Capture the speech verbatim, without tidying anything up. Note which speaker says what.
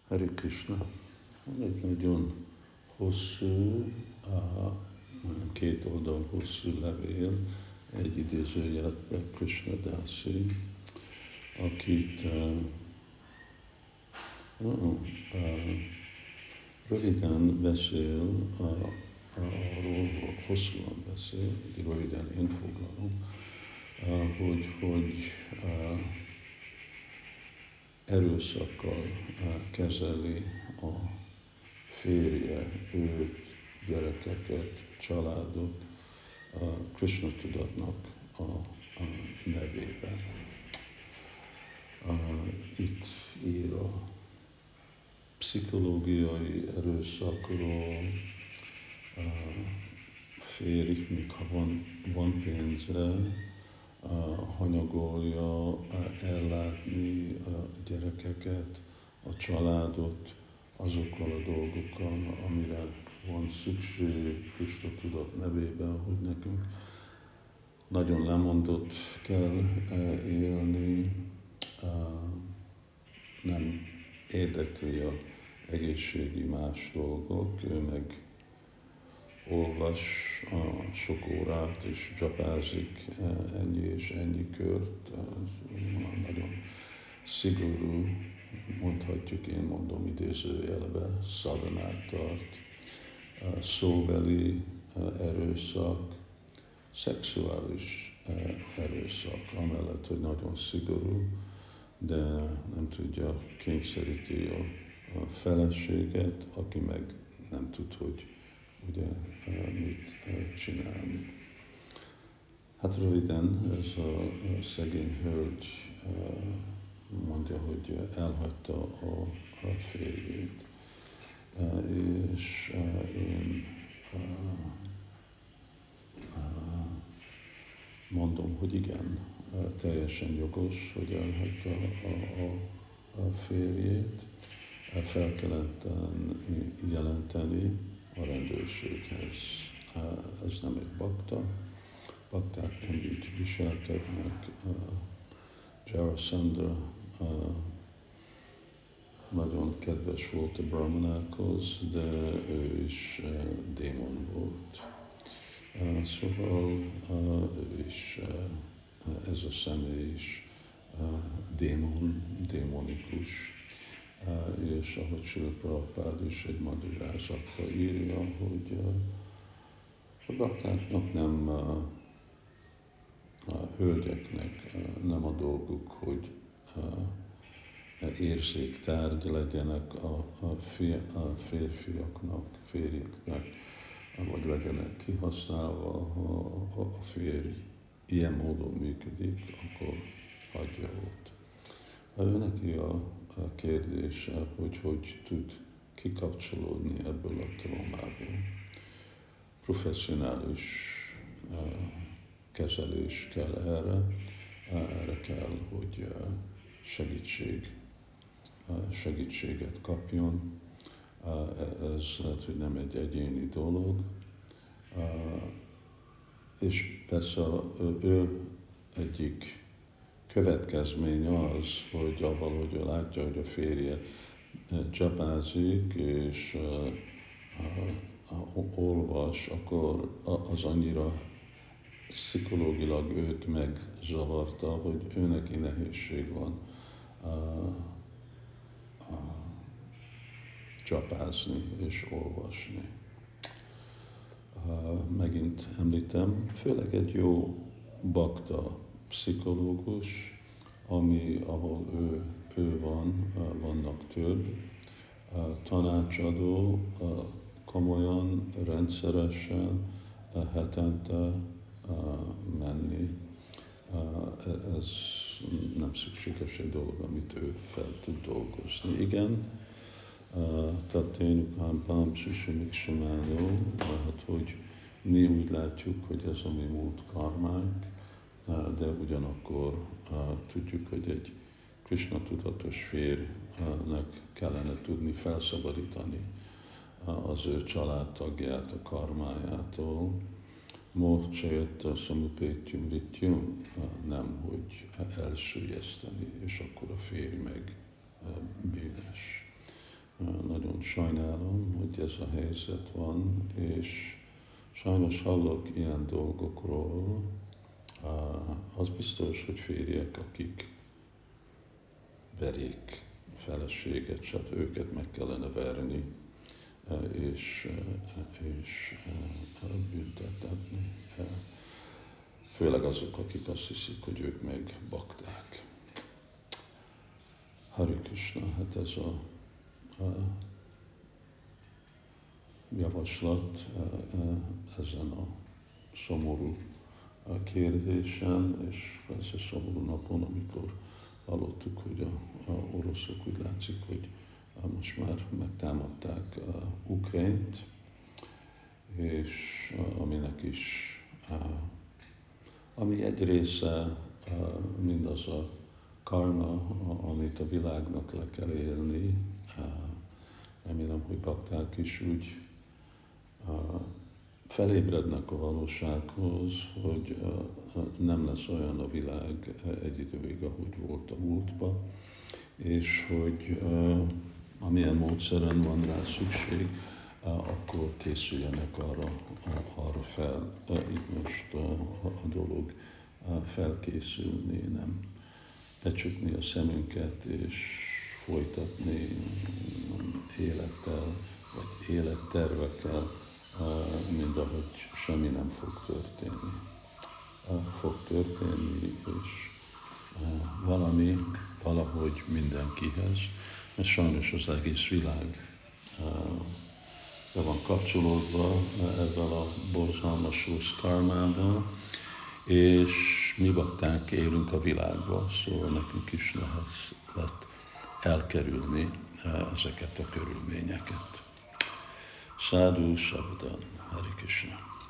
Speaker 1: Hare Krishna. Van egy nagyon hosszú, uh, két oldal hosszú levél, egy idézőjeletben Krishna Dasi, akit uh, uh, uh, röviden beszél, uh, arról hosszúan beszél, röviden én foglalom, uh, hogy, hogy uh, erőszakkal uh, kezeli a férje, őt, gyerekeket, családot a Krishna tudatnak a, a nevében. Uh, itt ír a pszichológiai erőszakról, uh, férj, még ha van, van pénze, uh, hanyagolja uh, ellátni a gyerekeket, a családot, azokkal a dolgokkal, amire van szükség Krishna tudat nevében, hogy nekünk nagyon lemondott kell élni, nem érdekli a egészségi más dolgok, ő meg olvas a sok órát és csapázik ennyi és ennyi kört, nagyon szigorú, mondhatjuk, én mondom idézőjelbe, szadhanát tart, szóbeli erőszak, szexuális erőszak, amellett, hogy nagyon szigorú, de nem tudja, kényszeríti a, a feleséget, aki meg nem tud, hogy ugye mit csinálni. Hát röviden ez a szegény hölgy mondja, hogy elhagyta a, a férjét. És én mondom, hogy igen, teljesen jogos, hogy elhagyta a, a, a férjét, fel kellett jelenteni a rendőrséghez. Ez nem egy bakta, bakták nem így viselkednek. Jarasandra nagyon kedves volt a brahmanákhoz, de ő is démon volt. Szóval ő is, ez a személy is démon, démonikus, és ahogy Srila Prabhupád is egy magyarázatban írja, hogy a baktáknak nem, a hölgyeknek nem a dolguk, hogy érzéktárgy legyenek a, a, fia, a férfiaknak, férjeknek, vagy legyenek kihasználva, ha a férj ilyen módon működik, akkor hagyja ott. Ő neki a, a kérdése, hogy hogy tud kikapcsolódni ebből a traumából. Professzionális uh, kezelés kell erre, uh, erre kell, hogy uh, segítség, uh, segítséget kapjon. Uh, ez lehet, hogy nem egy egyéni dolog, uh, és persze ő, ő egyik következménye az, hogy avval, hogy ő látja, hogy a férje csapázik, és uh, uh, uh, olvas, akkor az annyira pszichológilag őt megzavarta, hogy ő neki nehézség van uh, uh, csapázni és olvasni. Uh, megint említem, főleg egy jó bakta pszichológus, ami, ahol ő, ő van, uh, vannak több, uh, tanácsadó, uh, komolyan, rendszeresen, uh, hetente uh, menni. Uh, ez nem szükséges egy dolog, amit ő fel tud dolgozni. Igen, Taténukám Pám Susamik Samánó, hát hogy mi úgy látjuk, hogy ez a mi múlt karmánk, de ugyanakkor tudjuk, hogy egy Krishna tudatos férjnek kellene tudni felszabadítani az ő családtagját a karmájától. Mocsajetta Samupétyum Rityum, nem hogy elsüllyeszteni, és akkor a férj meg bűnös. sajnálom, hogy ez a helyzet van, és sajnos hallok ilyen dolgokról, az biztos, hogy férjek, akik verik feleséget, stb. Őket meg kellene verni, és, és büntetni. Főleg azok, akik azt hiszik, hogy ők meg bakták. Hare Krishna, hát ez a, a javaslat ezen a szomorú kérdésen, és ez a szomorú napon, amikor hallottuk, hogy a, a oroszok úgy látszik, hogy most már megtámadták Ukrajnt, és aminek is, ami egy része mindaz a karma, amit a világnak le kell élni. Remélem, hogy bakták is úgy felébrednek a valósághoz, hogy nem lesz olyan a világ egy időig, ahogy volt a múltban, és hogy amilyen módszeren van rá szükség, akkor készüljenek arra, arra fel. Itt most a, a dolog felkészülni, nem becsukni a szemünket és folytatni élettel, vagy élettervekkel, mint ahogy semmi nem fog történni. Fog történni, és valami valahogy mindenkihez, mert sajnos az egész világ be van kapcsolódva ezzel a borzalmas rossz karmával, és mi bakták élünk a világban, szóval nekünk is nehéz lett elkerülni ezeket a körülményeket. Sadhu Sabdan, Hare Krishna.